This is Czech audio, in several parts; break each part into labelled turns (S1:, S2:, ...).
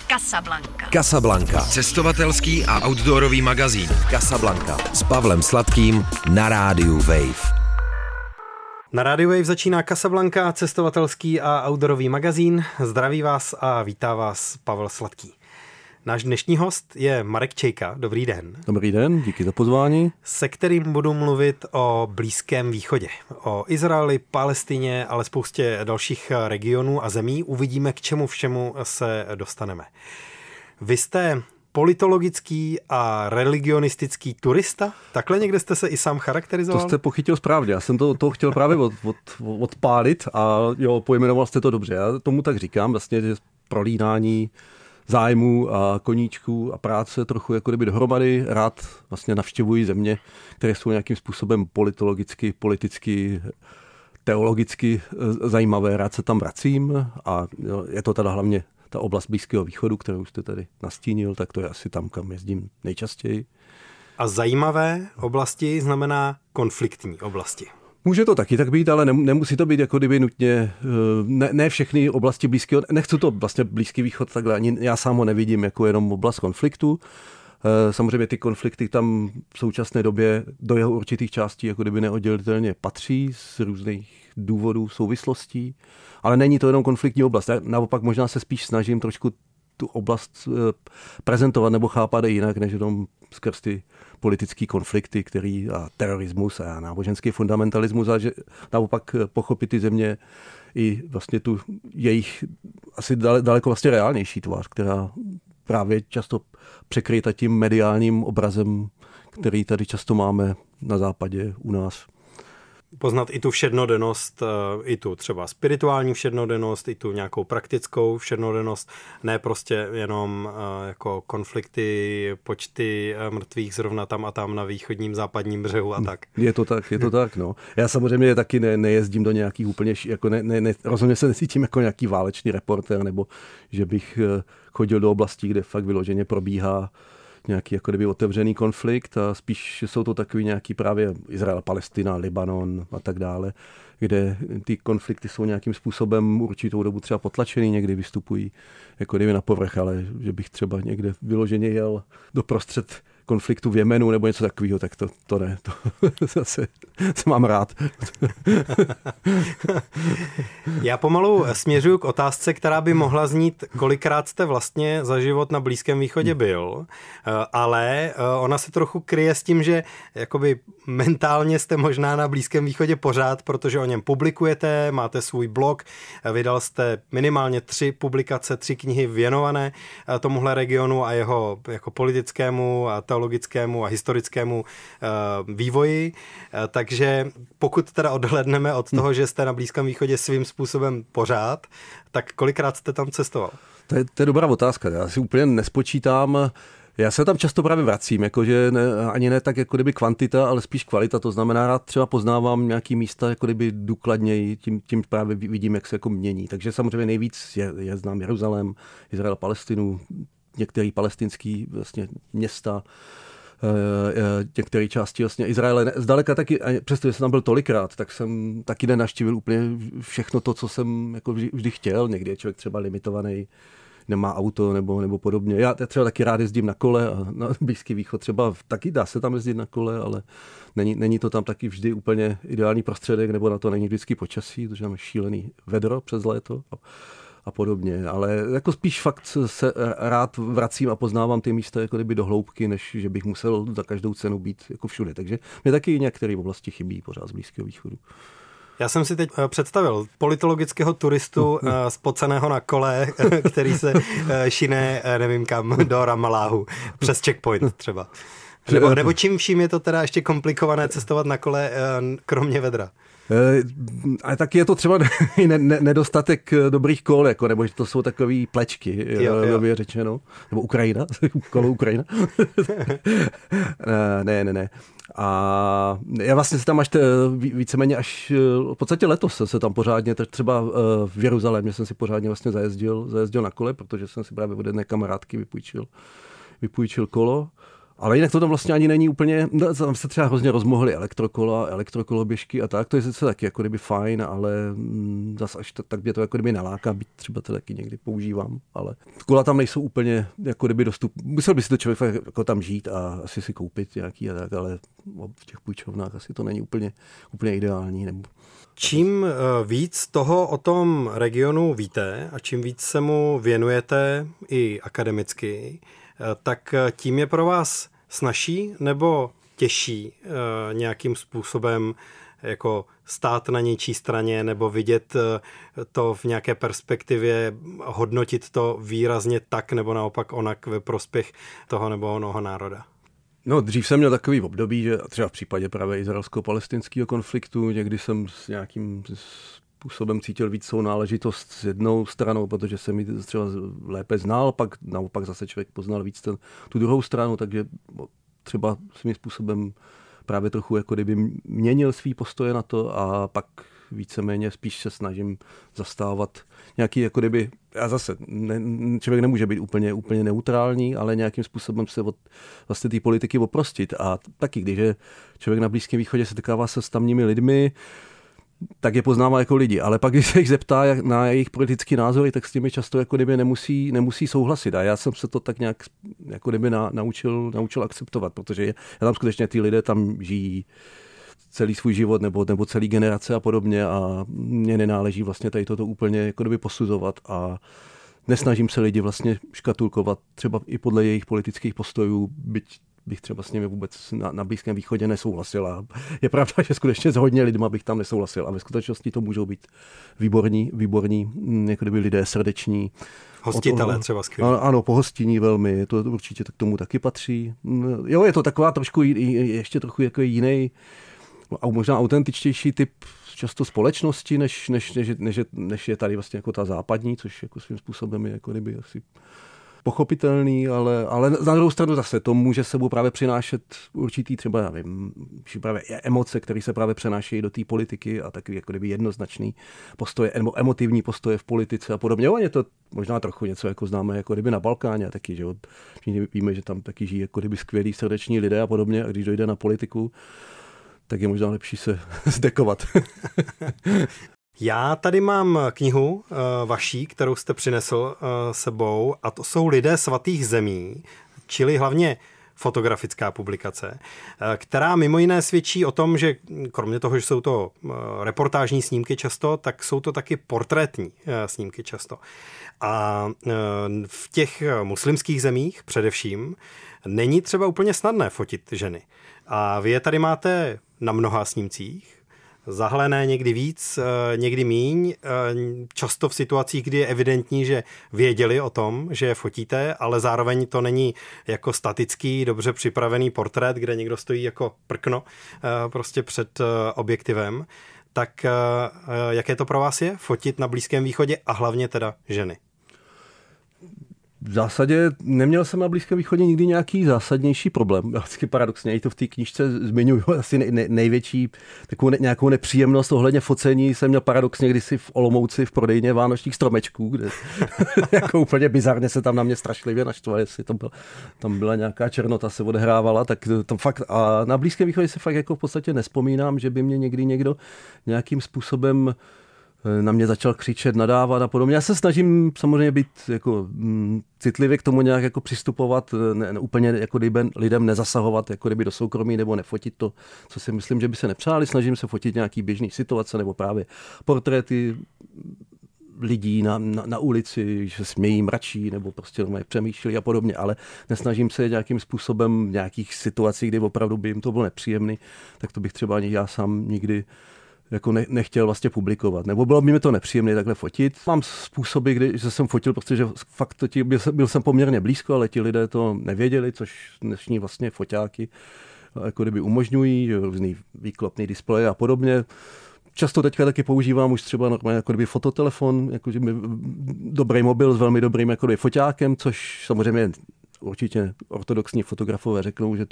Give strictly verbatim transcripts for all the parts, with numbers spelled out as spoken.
S1: Casablanca.
S2: Casablanca.
S3: Cestovatelský a outdoorový magazín.
S2: Casablanca. S Pavlem Sladkým na rádiu Wave.
S4: Na rádiu Wave začíná Casablanca, cestovatelský a outdoorový magazín. Zdraví vás a vítá vás Pavel Sladký. Náš dnešní host je Marek Čejka. Dobrý den.
S5: Dobrý den, díky za pozvání.
S4: Se kterým budu mluvit o Blízkém východě. O Izraeli, Palestině, ale spoustě dalších regionů a zemí. Uvidíme, k čemu všemu se dostaneme. Vy jste politologický a religionistický turista? Takhle někde jste se i sám charakterizoval?
S5: To jste pochytil správně. Já jsem to, to chtěl právě od, od, odpálit a jo, pojmenoval jste to dobře. Já tomu tak říkám, vlastně, že prolínání zájmu a koníčků a práce trochu jako kdyby dohromady. Rád vlastně navštěvuji země, které jsou nějakým způsobem politologicky, politicky, teologicky zajímavé. Rád se tam vracím a je to teda hlavně ta oblast Blízkého východu, kterou jste tady nastínil, tak to je asi tam, kam jezdím nejčastěji.
S4: A zajímavé oblasti znamená konfliktní oblasti.
S5: Může to taky tak být, ale nemusí to být jako kdyby nutně, ne, ne všechny oblasti Blízkého, nechci to vlastně Blízký východ takhle, ani já sám ho nevidím jako jenom oblast konfliktu. Samozřejmě ty konflikty tam v současné době do jeho určitých částí jako kdyby neoddělitelně patří z různých důvodů, souvislostí, ale není to jenom konfliktní oblast. Já naopak možná se spíš snažím trošku tu oblast prezentovat nebo chápat jinak, než jenom skrz ty politické konflikty, který a terorismus a náboženský fundamentalismus, ale že naopak pochopit ty země i vlastně tu jejich asi daleko vlastně reálnější tvář, která právě často překryta tím mediálním obrazem, který tady často máme na západě u nás.
S4: Poznat i tu všednodennost, i tu třeba spirituální všednodennost, i tu nějakou praktickou všednodennost, ne prostě jenom jako konflikty, počty mrtvých zrovna tam a tam na východním, západním břehu a tak.
S5: Je to tak, je to tak, no. Já samozřejmě taky ne, nejezdím do nějakých úplně, jako ne, ne, ne, rozhodně se necítím jako nějaký válečný reportér, nebo že bych chodil do oblastí, kde fakt vyloženě probíhá nějaký jako kdyby otevřený konflikt a spíš jsou to takový nějaký právě Izrael, Palestina, Libanon a tak dále, kde ty konflikty jsou nějakým způsobem určitou dobu třeba potlačený, někdy vystupují jako kdyby na povrch, ale že bych třeba někde vyloženě jel do prostřed konfliktu v Jemenu nebo něco takového, tak to, to ne, to zase se mám rád.
S4: Já pomalu směřuju k otázce, která by mohla znít, kolikrát jste vlastně za život na Blízkém východě byl, ale ona se trochu kryje s tím, že jakoby mentálně jste možná na Blízkém východě pořád, protože o něm publikujete, máte svůj blog, vydal jste minimálně tři publikace, tři knihy věnované tomuhle regionu a jeho jako politickému a teologickému a historickému uh, vývoji. Uh, takže pokud teda odhlédneme od toho, že jste na Blízkém východě svým způsobem pořád, tak kolikrát jste tam cestoval?
S5: To je, to je dobrá otázka. Já si úplně nespočítám. Já se tam často právě vracím, jakože ne, ani ne tak jako kdyby kvantita, ale spíš kvalita. To znamená, rád třeba poznávám nějaký místa jako kdyby důkladněji, tím, tím právě vidím, jak se jako mění. Takže samozřejmě nejvíc je, je znám Jeruzalém, Izrael, Palestinu, některé palestinské vlastně města, některé části vlastně Izraele. Zdaleka taky, přestože jsem tam byl tolikrát, tak jsem taky nenavštívil úplně všechno to, co jsem jako vždy, vždy chtěl. Někdy je člověk třeba limitovaný, nemá auto nebo, nebo podobně. Já třeba taky rád jezdím na kole a na Blízký východ třeba taky dá se tam jezdit na kole, ale není, není to tam taky vždy úplně ideální prostředek, nebo na to není vždycky počasí, protože máme šílený vedro přes léto a, a podobně. Ale jako spíš fakt se rád vracím a poznávám ty místa jako kdyby do hloubky, než že bych musel za každou cenu být jako všude. Takže mě taky některé oblasti chybí pořád z Blízkého východu.
S4: Já jsem si teď představil politologického turistu spoceného na kole, který se šine, nevím kam, do Ramalláhu, přes checkpoint třeba. Nebo, nebo čím vším je to teda ještě komplikované cestovat na kole, kromě vedra?
S5: Ale taky je to třeba ne, ne, nedostatek dobrých kol, jako, nebo že to jsou takový plečky, době řečeno. Nebo Ukrajina, kolo Ukrajina. ne, ne, ne. A já vlastně se tam až te, víceméně až v podstatě letos se tam pořádně, třeba v Jeruzalémě jsem si pořádně vlastně zajezdil, zajezdil na kole, protože jsem si právě od jedné kamarádky vypůjčil, vypůjčil kolo. Ale jinak to tam vlastně ani není úplně, no, tam se třeba hrozně rozmohly elektrokola, elektrokoloběžky a tak, to je zase taky jako kdyby fajn, ale mm, zase až to, tak mě to jako kdyby naláká, být třeba to taky někdy používám, ale kola tam nejsou úplně jako kdyby dostup, musel by si to člověk jako tam žít a asi si koupit nějaký a tak, ale v těch půjčovnách asi to není úplně, úplně ideální. Nebo...
S4: Čím víc toho o tom regionu víte a čím víc se mu věnujete i akademicky, tak tím je pro vás snazší nebo těžší nějakým způsobem jako stát na něčí straně nebo vidět to v nějaké perspektivě, hodnotit to výrazně tak nebo naopak onak ve prospěch toho nebo onoho národa?
S5: No, dřív jsem měl takový období, že třeba v případě právě izraelsko-palestinského konfliktu, někdy jsem s nějakým způsobem cítil víc sounáležitost s jednou stranou, protože jsem ji třeba lépe znal, pak naopak zase člověk poznal víc ten, tu druhou stranu, takže třeba svým způsobem právě trochu jako kdyby měnil svý postoje na to a pak víceméně spíš se snažím zastávat nějaký jako kdyby, a zase ne, člověk nemůže být úplně, úplně neutrální, ale nějakým způsobem se od vlastně té politiky oprostit. A taky, když je člověk na Blízkém východě setkává se s tamními lidmi, tak je poznává jako lidi, ale pak, když se jich zeptá na jejich politické názory, tak s těmi často jako kdyby nemusí, nemusí souhlasit. A já jsem se to tak nějak jako kdyby na, naučil, naučil akceptovat, protože já tam skutečně ty lidé tam žijí celý svůj život nebo, nebo celý generace a podobně a mně nenáleží vlastně tady toto úplně jako kdyby posuzovat a nesnažím se lidi vlastně škatulkovat třeba i podle jejich politických postojů, byť bych třeba s nimi vůbec na, na Blízkém východě nesouhlasil. A je pravda, že skutečně s hodně lidma bych tam nesouhlasil a ve skutečnosti to můžou být výborní, výborní jako kdyby lidé srdeční.
S4: Hostitelé třeba skvělí.
S5: Ano, ano, pohostinní velmi, to určitě k tomu taky patří. Jo, je to taková trošku ještě trochu jako jiný a možná autentičtější typ často společnosti, než, než, než, než, než je tady vlastně jako ta západní, což jako svým způsobem je jako kdyby asi pochopitelný, ale, ale na druhou stranu zase to může sebou právě přinášet určitý třeba, já nevím, právě emoce, které se právě přenášejí do té politiky a takový jako kdyby jednoznačný postoje, emotivní postoje v politice a podobně. Jo, je to možná trochu něco, jako známe jako kdyby na Balkáně a taky, že jo, víme, že tam taky žijí jako kdyby skvělí srdeční lidé a podobně a když dojde na politiku, tak je možná lepší se zdekovat.
S4: Já tady mám knihu uh, vaší, kterou jste přinesl uh, sebou a to jsou Lidé svatých zemí, čili hlavně fotografická publikace, uh, která mimo jiné svědčí o tom, že kromě toho, že jsou to uh, reportážní snímky často, tak jsou to taky portrétní uh, snímky často. A uh, v těch muslimských zemích především není třeba úplně snadné fotit ženy. A vy je tady máte na mnoha snímcích, zahlené někdy víc, někdy míň, často v situacích, kdy je evidentní, že věděli o tom, že je fotíte, ale zároveň to není jako statický, dobře připravený portrét, kde někdo stojí jako prkno prostě před objektivem. Tak jaké to pro vás je fotit na Blízkém východě a hlavně teda ženy?
S5: V zásadě neměl jsem na Blízkém východě nikdy nějaký zásadnější problém. Vždycky paradoxně, i to v té knížce zmiňuji, asi nej, nej, největší takovou ne, nějakou nepříjemnost ohledně focení jsem měl paradoxně kdysi v Olomouci v prodejně vánočních stromečků, kde jako úplně bizarně se tam na mě strašlivě naštvali, jestli to byl, tam byla nějaká černota se odehrávala, tak to, to fakt, a na Blízkém východě se fakt jako v podstatě nespomínám, že by mě někdy někdo nějakým způsobem na mě začal křičet, nadávat a podobně. Já se snažím samozřejmě být jako mm, citlivě k tomu nějak jako přistupovat, ne, ne, úplně jako lidem, lidem nezasahovat jako kdyby do soukromí nebo nefotit to, co si myslím, že by se nepřáli. Snažím se fotit nějaký běžný situace nebo právě portréty lidí na, na, na ulici, že se smějí, mračí nebo prostě přemýšlí a podobně, ale nesnažím se nějakým způsobem v nějakých situacích, kdy opravdu by jim to bylo nepříjemný, tak to bych třeba ani já sám nikdy jako ne, nechtěl vlastně publikovat. Nebo bylo by mi to nepříjemné takhle fotit. Mám způsoby, kdy jsem fotil, protože fakt to ti, byl, byl jsem poměrně blízko, ale ti lidé to nevěděli, což dnešní vlastně foťáky jako kdyby umožňují, že různý výklopný displeje a podobně. Často teďka taky používám už třeba normálně jako kdyby fototelefon, jako kdyby dobrý mobil s velmi dobrým jako kdyby foťákem, což samozřejmě určitě ortodoxní fotografové řeknou, že to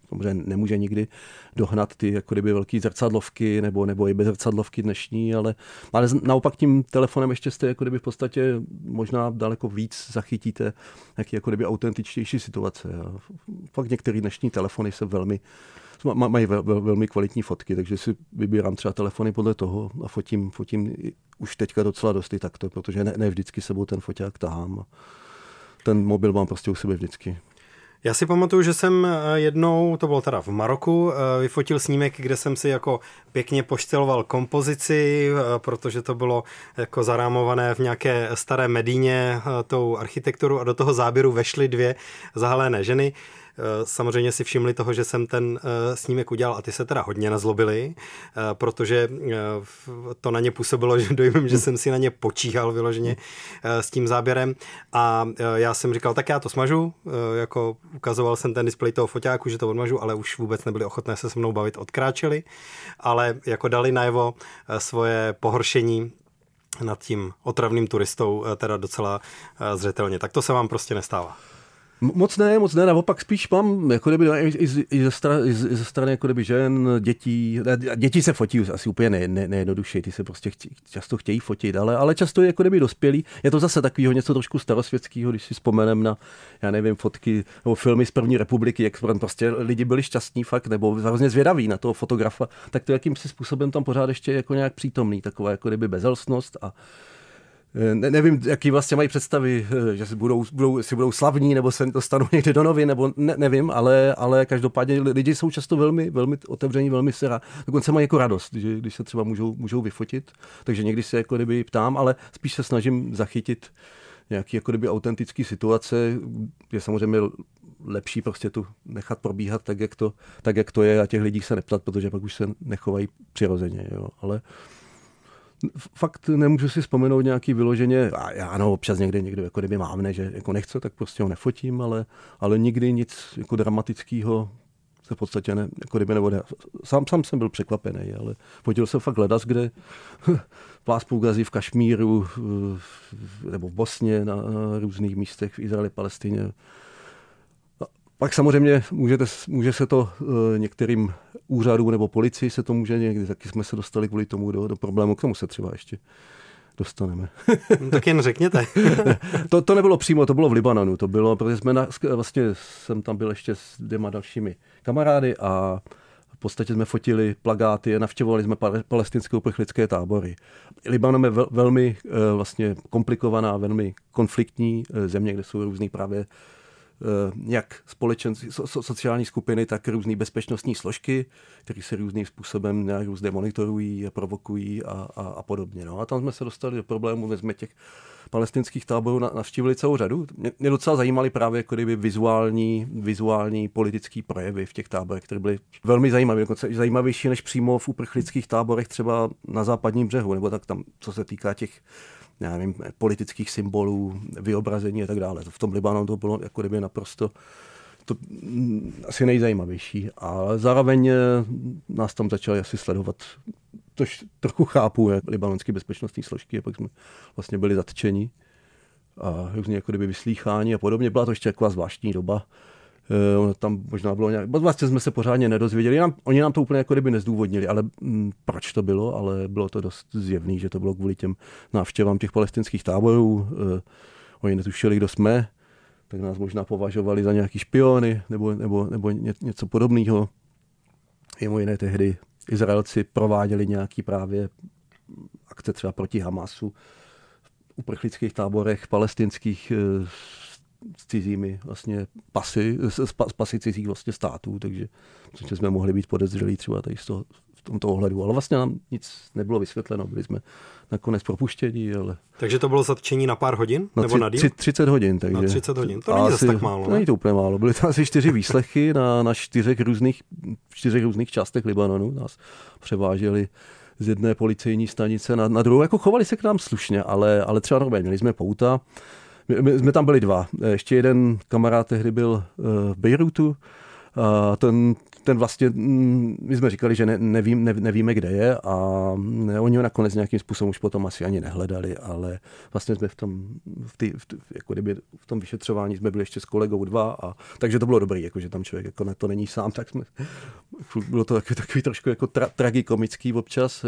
S5: samozřejmě nemůže nikdy dohnat ty jako kdyby velký zrcadlovky nebo, nebo i bezrcadlovky dnešní, ale, ale naopak tím telefonem ještě jste jako kdyby v podstatě možná daleko víc zachytíte nějaký jako kdyby autentičtější situace. A fakt některé dnešní telefony se velmi mají vel, vel, velmi kvalitní fotky, takže si vybírám třeba telefony podle toho a fotím, fotím už teďka docela dost i takto, protože ne, ne vždycky sebou ten foťák tahám. Ten mobil mám prostě u sebe vždycky.
S4: Já si pamatuju, že jsem jednou, to bylo teda v Maroku, vyfotil snímek, kde jsem si jako pěkně pošteloval kompozici, protože to bylo jako zarámované v nějaké staré Medíně tou architekturu a do toho záběru vešly dvě zahalené ženy. Samozřejmě si všimli toho, že jsem ten snímek udělal a ty se teda hodně nazlobili, protože to na ně působilo, že dojmím, že jsem si na ně počíhal vyloženě s tím záběrem a já jsem říkal, tak já to smažu, jako ukazoval jsem ten displej toho foťáku, že to odmažu, ale už vůbec nebyli ochotné se se mnou bavit, odkráčeli, ale jako dali najevo svoje pohoršení nad tím otravným turistou teda docela zřetelně. Tak to se vám prostě nestává.
S5: Moc ne, moc ne, naopak spíš mám jako kdyby, i, i, i, ze strany, i ze strany jako kdyby žen, dětí, děti se fotí asi úplně ne, ne, nejjednodušeji, ty se prostě chtě, často chtějí fotit, ale, ale často jako kdyby dospělí, je to zase takového něco trošku starosvětského, když si vzpomenem na, já nevím, fotky nebo filmy z první republiky, jak prostě lidi byli šťastní fakt, nebo hrozně zvědaví na toho fotografa, tak to jakýmsi způsobem tam pořád ještě jako nějak přítomný, taková jako kdyby bezelstnost a Ne, nevím, jaký vlastně mají představy, že si budou, budou, si budou slavní, nebo se dostanou někde do novin, nebo ne, nevím, ale, ale každopádně lidi jsou často velmi, velmi otevření, velmi se rád. Dokonce mají jako radost, že, když se třeba můžou, můžou vyfotit, takže někdy se jako kdyby ptám, ale spíš se snažím zachytit nějaký jako kdyby autentický situace, je samozřejmě lepší prostě tu nechat probíhat tak, jak to, tak, jak to je a těch lidí se neptat, protože pak už se nechovají přirozeně, jo, ale fakt nemůžu si vzpomenout nějaký vyloženě, a já ano, občas někdy někdo jako kdyby mávne, že jako nechce, tak prostě ho nefotím, ale, ale nikdy nic jako dramatického se v podstatě ne, jako kdyby nebude. Sám, sám jsem byl překvapený, ale fotil jsem fakt ledas, kde pás Gazy v Kašmíru nebo v Bosně, na, na různých místech v Izraeli, Palestině. Pak samozřejmě můžete, může se to e, některým úřadům nebo policii se to může někdy, taky jsme se dostali kvůli tomu do, do problému, k tomu se třeba ještě dostaneme.
S4: No, tak jen řekněte.
S5: to, to nebylo přímo, to bylo v Libanonu, to bylo, protože jsme na, vlastně jsem tam byl ještě s dvěma dalšími kamarády a v podstatě jsme fotili plakáty a navštěvovali jsme palestinské uprchlické tábory. Libanon je vel, velmi e, vlastně komplikovaná, velmi konfliktní e, země, kde jsou různý právě jak společenství, so, sociální skupiny, tak různé bezpečnostní složky, které se různým způsobem nějak různě monitorují, provokují a, a, a podobně. No. A tam jsme se dostali do problému, my jsme těch palestinských táborů navštívili celou řadu. Mě, mě docela zajímaly právě jako kdyby vizuální, vizuální politický projevy v těch táborech, které byly velmi zajímavé, dokonce zajímavější než přímo v uprchlických táborech třeba na západním břehu, nebo tak tam, co se týká těch já nevím, politických symbolů, vyobrazení a tak dále. V tom Libanonu to bylo jako kdyby naprosto to asi nejzajímavější. A zároveň nás tam začali asi sledovat, tož trochu chápu, jak libanonské bezpečnostní složky, a pak jsme vlastně byli zatčeni a různě jako kdyby vyslýchání a podobně. Byla to ještě taková zvláštní doba. Uh, tam možná bylo nějak, vlastně jsme se pořádně nedozvěděli, nám, oni nám to úplně jako kdyby nezdůvodnili, ale m, proč to bylo, ale bylo to dost zjevný, že to bylo kvůli těm návštěvám těch palestinských táborů, uh, oni netušili, kdo jsme, tak nás možná považovali za nějaký špiony nebo, nebo, nebo ně, něco podobného. Mimo jiné tehdy Izraelci prováděli nějaký právě akce třeba proti Hamasu v uprchlických táborech palestinských uh, s cizími vlastně pasy, s pasy cizích vlastně států, takže jsme mohli být podezřelí třeba tady z toho, v tomto ohledu, ale vlastně nám nic nebylo vysvětleno, byli jsme nakonec propuštěni, ale...
S4: Takže to bylo zatčení na pár hodin?
S5: Na
S4: nebo
S5: tři,
S4: na díl?
S5: třicet hodin, takže...
S4: Na třicet hodin, to není zase tak málo,
S5: ne? Není to úplně málo, byly to asi čtyři výslechy na, na čtyřech různých, čtyřech různých částech Libanonu, nás převáželi z jedné policejní stanice na, na druhou, jako chovali se k nám slušně, ale, ale třeba normálně, měli jsme pouta. My jsme tam byli dva. Ještě jeden kamarád tehdy byl v Bejrutu a ten ten vlastně, my jsme říkali, že ne, nevím, ne, nevíme, kde je a oni ho nakonec nějakým způsobem už potom asi ani nehledali, ale vlastně jsme v tom, v, tý, v, jako kdyby v tom vyšetřování jsme byli ještě s kolegou dva, a takže to bylo dobrý, jako, že tam člověk jako na to není sám, tak jsme, bylo to takový, takový trošku jako tra, tragikomický občas,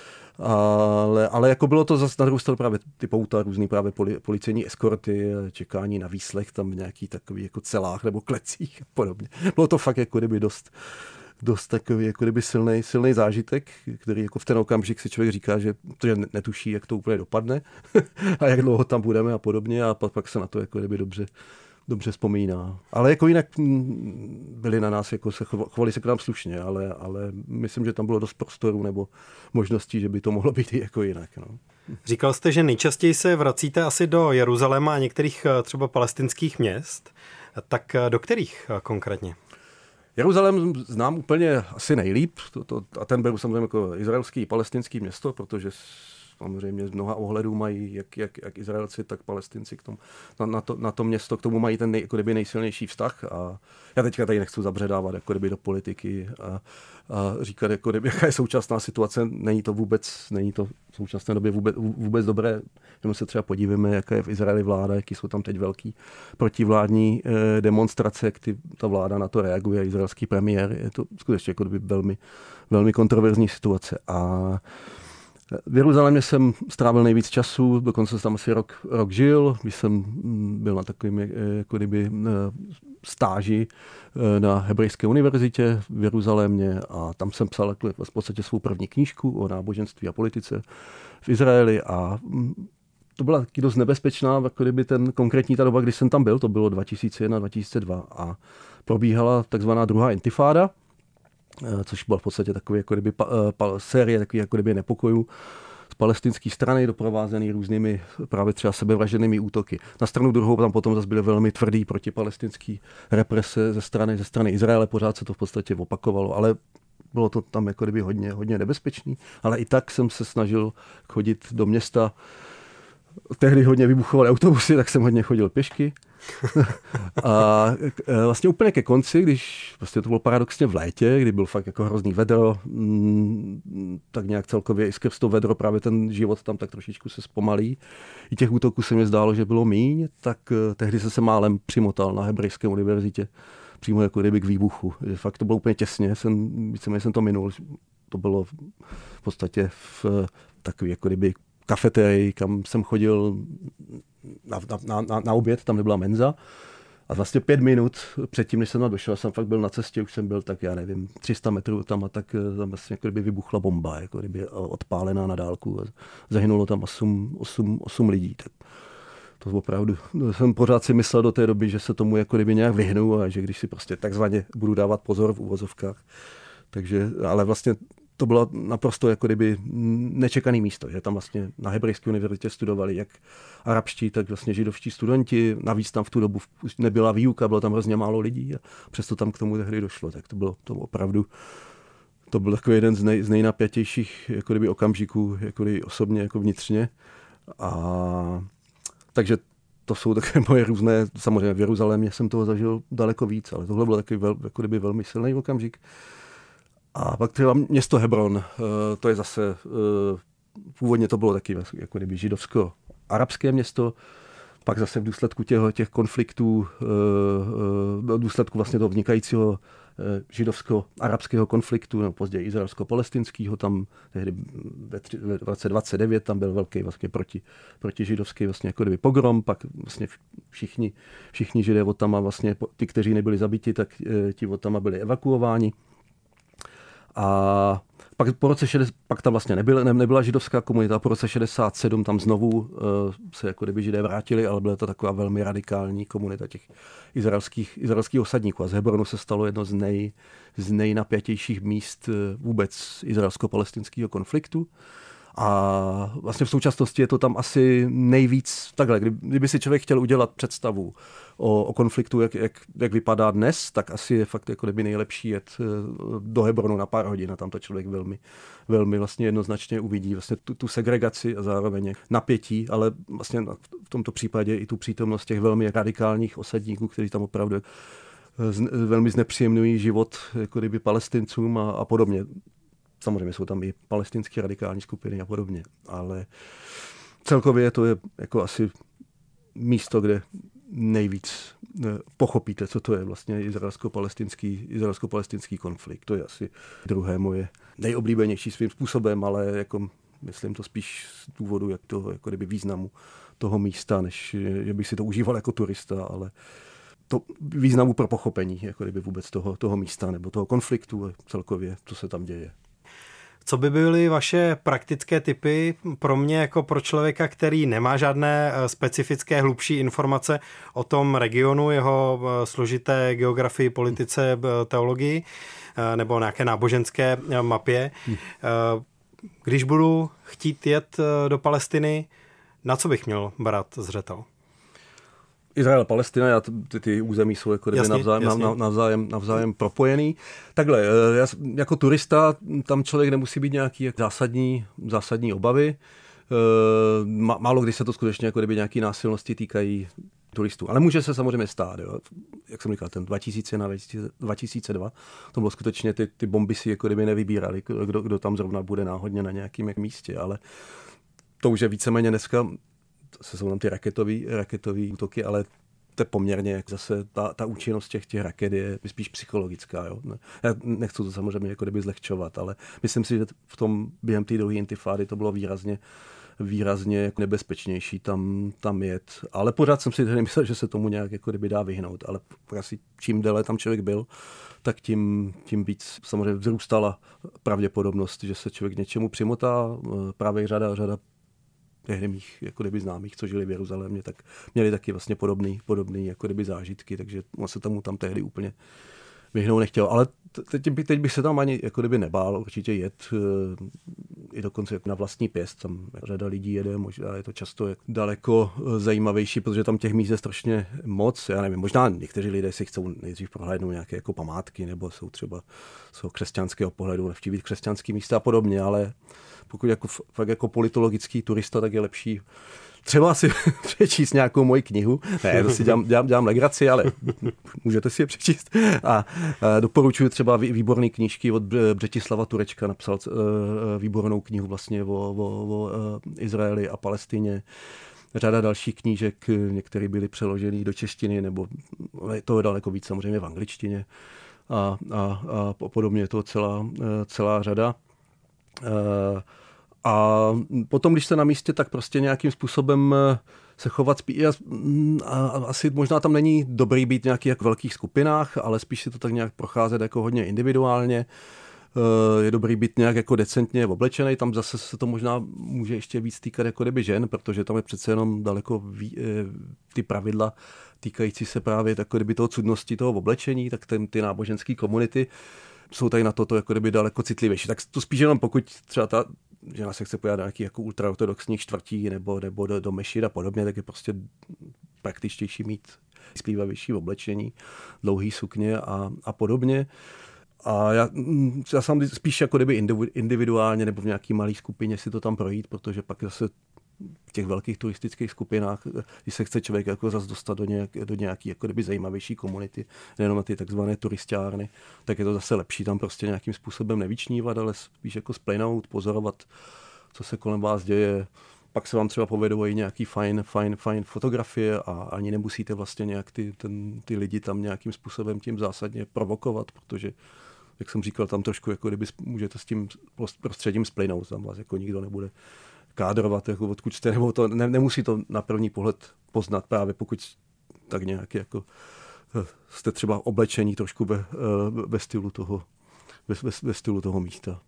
S5: ale, ale jako bylo to zase na druhou stranu právě ty pouta, různý právě poli, policejní eskorty, čekání na výslech tam v nějaký takový jako celách nebo klecích a podobně. Bylo to fakt jako kdyby dost, dost takový jako kdyby silný, silný zážitek, který jako v ten okamžik si člověk říká, že to že netuší, jak to úplně dopadne a jak dlouho tam budeme a podobně, a pak, pak se na to jako kdyby dobře dobře vzpomíná. Ale jako jinak byli na nás, jako se chovali se k nám slušně, ale, ale myslím, že tam bylo dost prostoru nebo možností, že by to mohlo být i jako jinak. No.
S4: Říkal jste, že nejčastěji se vracíte asi do Jeruzaléma a některých třeba palestinských měst. Tak do kterých konkrétně?
S5: Jeruzalém znám úplně asi nejlíp, to, to, a ten beru samozřejmě jako izraelský palestinský město, protože samozřejmě z mnoha ohledů mají jak, jak, jak Izraelci, tak Palestinci k tomu, na, na, to, na to město, k tomu mají ten nej, jako kdyby nejsilnější vztah. A já teďka tady nechci zabředávat jako kdyby do politiky a, a říkat, jako kdyby, jaká je současná situace. Není to vůbec, není to v současné době vůbec, vůbec dobré. Jenom se třeba podívejme, jaká je v Izraeli vláda, jaký jsou tam teď velký protivládní eh, demonstrace, jak ty, ta vláda na to reaguje, izraelský premiér. Je to skutečně jako kdyby velmi, velmi kontroverzní situace. A v Jeruzalémě jsem strávil nejvíc času, dokonce jsem tam asi rok, rok žil, když jsem byl na takovém jako kdyby stáži na Hebrejské univerzitě v Jeruzalémě a tam jsem psal jako v podstatě svou první knížku o náboženství a politice v Izraeli a to byla taky dost nebezpečná, jako kdyby ten konkrétní ta doba, kdy jsem tam byl, to bylo dva tisíce jedna dva tisíce dva a probíhala takzvaná druhá intifáda, což byla v podstatě takový jako kdyby pa, pa, série takových jako kdyby nepokojů z palestinské strany, doprovázený různými právě třeba sebevražděnými útoky. Na stranu druhou tam potom zase byly velmi tvrdý protipalestinský represe ze strany, ze strany Izraele, pořád se to v podstatě opakovalo, ale bylo to tam jako kdyby hodně, hodně nebezpečný, ale i tak jsem se snažil chodit do města. Tehdy hodně vybuchovaly autobusy, tak jsem hodně chodil pěšky. A vlastně úplně ke konci, když vlastně to bylo paradoxně v létě, kdy byl fakt jako hrozný vedro, tak nějak celkově i skrz to vedro právě ten život tam tak trošičku se zpomalí. I těch útoků se mi zdálo, že bylo míň, tak tehdy jsem se málem přimotal na Hebrejské univerzitě přímo jako kdyby k výbuchu. Že fakt to bylo úplně těsně, jsem, víceméně jsem to minul. To bylo v podstatě v takový jako kdyby kafetérii, kam jsem chodil na, na, na, na oběd, tam nebyla menza. A vlastně pět minut předtím, než jsem tam došel, jsem fakt byl na cestě, už jsem byl tak, já nevím, tři sta metrů tam a tak tam vlastně jako kdyby vybuchla bomba, jako kdyby odpálená na dálku. A zahynulo tam osm lidí. Tak to opravdu, jsem pořád si myslel do té doby, že se tomu jako kdyby nějak vyhnu a že když si prostě takzvaně budu dávat pozor v uvozovkách. Takže, ale vlastně to bylo naprosto jako kdyby nečekaný místo, že tam vlastně na Hebrejské univerzitě studovali jak arabští, tak vlastně židovští studenti. Navíc tam v tu dobu nebyla výuka, bylo tam hrozně málo lidí a přesto tam k tomu tehdy došlo. Tak to bylo to opravdu, to byl takový jeden z, nej, z nejnapětějších jako kdyby okamžiků, jako kdyby osobně, jako vnitřně. A takže to jsou také moje různé, samozřejmě v Jeruzalémě jsem toho zažil daleko víc, ale tohle bylo takový vel, jako kdyby velmi silný okamžik. A pak třeba město Hebron, to je zase, původně to bylo taky jako kdyby židovsko-arabské město, pak zase v důsledku těch, těch konfliktů, v důsledku vlastně toho vznikajícího židovsko-arabského konfliktu, nebo později izraelsko-palestinského, tam tehdy v roce dvacet devět tam byl velký vlastně proti, proti židovský vlastně jako kdyby pogrom, pak vlastně všichni, všichni židé od tam a vlastně ty, kteří nebyli zabiti, tak ti od tam byli evakuováni. A pak po roce šedesát, pak tam vlastně nebyla, ne, nebyla židovská komunita, po roce šedesát sedm tam znovu uh, se jako kdyby židé vrátili, ale byla to taková velmi radikální komunita těch izraelských, izraelských osadníků. A z Hebronu se stalo jedno z, nej, z nejnapjatějších míst vůbec izraelsko-palestinského konfliktu. A vlastně v současnosti je to tam asi nejvíc takhle. Kdyby si člověk chtěl udělat představu o, o konfliktu, jak, jak, jak vypadá dnes, tak asi je fakt jako kdyby nejlepší jet do Hebronu na pár hodin a tam to člověk velmi, velmi vlastně jednoznačně uvidí vlastně tu, tu segregaci a zároveň napětí, ale vlastně v tomto případě i tu přítomnost těch velmi radikálních osadníků, kteří tam opravdu velmi znepříjemňují život jako kdyby Palestincům a, a podobně. Samozřejmě jsou tam i palestinské radikální skupiny a podobně, ale celkově to je jako asi místo, kde nejvíc pochopíte, co to je vlastně izraelsko-palestinský, izraelsko-palestinský konflikt. To je asi druhé moje nejoblíbenější svým způsobem, ale jako myslím to spíš z důvodu jak toho, jako kdyby významu toho místa, než že bych si to užíval jako turista, ale to významu pro pochopení jako kdyby vůbec toho, toho místa nebo toho konfliktu celkově, co se tam děje.
S4: Co by byly vaše praktické tipy pro mě jako pro člověka, který nemá žádné specifické hlubší informace o tom regionu, jeho složité geografii, politice, teologii nebo nějaké náboženské mapě? Když budu chtít jet do Palestiny, na co bych měl brát zřetel?
S5: Izrael, Palestina, já, ty, ty území jsou jako jasně, navzájem, jasně. Navzájem, navzájem propojený. Takhle, já, jako turista tam člověk nemusí být nějaký zásadní, zásadní obavy. Málo kdy se to skutečně jako kdyby nějaký násilnosti týkají turistů. Ale může se samozřejmě stát, jo. Jak jsem říkal, ten dva tisíce na dva tisíce dva, to bylo skutečně, ty, ty bomby si jako kdyby nevybírali, kdo, kdo tam zrovna bude náhodně na nějakém místě, ale to už je víceméně dneska, se jsou tam ty raketový, raketový útoky, ale to je poměrně zase ta, ta účinnost těch, těch raket je spíš psychologická. Jo? Já nechci to samozřejmě jako kdyby zlehčovat, ale myslím si, že v tom během té druhé intifády to bylo výrazně výrazně nebezpečnější tam, tam jet. Ale pořád jsem si nemyslel, že se tomu nějak jako kdyby dá vyhnout, ale asi čím déle tam člověk byl, tak tím, tím víc samozřejmě vzrůstala pravděpodobnost, že se člověk něčemu přimotá. Právě řada, řada tehdy mých jako kdyby známých, co žili v Jeruzalémě, tak měli taky vlastně podobný, podobný jako kdyby zážitky, takže on se tomu tam tehdy úplně vyhnout nechtěl. Ale teď, by, teď bych se tam ani jako kdyby nebál určitě jet i dokonce na vlastní pěst. Tam řada lidí jede, možná je to často daleko zajímavější, protože tam těch míst je strašně moc. Já nevím, možná někteří lidé si chcou nejdřív prohlédnout nějaké jako památky, nebo jsou třeba z křesťanského pohledu navštívit křesťanské místa a podobně, ale pokud jako, fakt jako politologický turista, tak je lepší třeba si přečíst nějakou moji knihu. Ne, to si dělám, dělám, dělám legraci, ale můžete si je přečíst. A, a doporučuji třeba výborné knížky od Břetislava Turečka, napsal uh, výbornou knihu vlastně o, o, o uh, Izraeli a Palestině. Řada dalších knížek, některé byly přeloženy do češtiny, nebo to je daleko víc samozřejmě v angličtině. A, a, a podobně je to celá, celá řada. Uh, A potom, když jste na místě, tak prostě nějakým způsobem se chovat spíš. Asi možná tam není dobrý být v nějakých jako velkých skupinách, ale spíš si to tak nějak procházet jako hodně individuálně. Je dobrý být nějak jako decentně oblečený, tam zase se to možná může ještě víc týkat jako kdyby žen, protože tam je přece jenom daleko ví, ty pravidla týkající se právě jako kdyby toho cudnosti toho oblečení, tak ten, ty náboženské komunity jsou tady na toto jako kdyby daleko citlivější. Tak to spíš jenom pokud třeba ta žena se chce pojít do nějakých jako ultraortodoxních čtvrtí nebo, nebo do, do mešit a podobně, tak je prostě praktičtější mít splývavější oblečení, dlouhý sukně a, a podobně. A já, já sám spíš jako kdyby individuálně nebo v nějaký malé skupině si to tam projít, protože pak zase v těch velkých turistických skupinách, když se chce člověk jako zase dostat do, nějak, do nějaký jako kdyby zajímavější komunity, nejenom na ty takzvané turistárny, tak je to zase lepší tam prostě nějakým způsobem nevyčnívat, ale spíš jako splynout, pozorovat, co se kolem vás děje. Pak se vám třeba povedou i nějaký fajn, fajn, fajn fotografie a ani nemusíte vlastně nějak ty, ten, ty lidi tam nějakým způsobem tím zásadně provokovat, protože, jak jsem říkal, tam trošku jako kdyby můžete s tím prostředím splynout, tam vás jako nikdo nebude kádrovat, jako odkud jste, nebo to ne, nemusí to na první pohled poznat právě, pokud tak nějak jako jste třeba oblečení trošku ve, ve, stylu toho, ve, ve, ve stylu toho místa.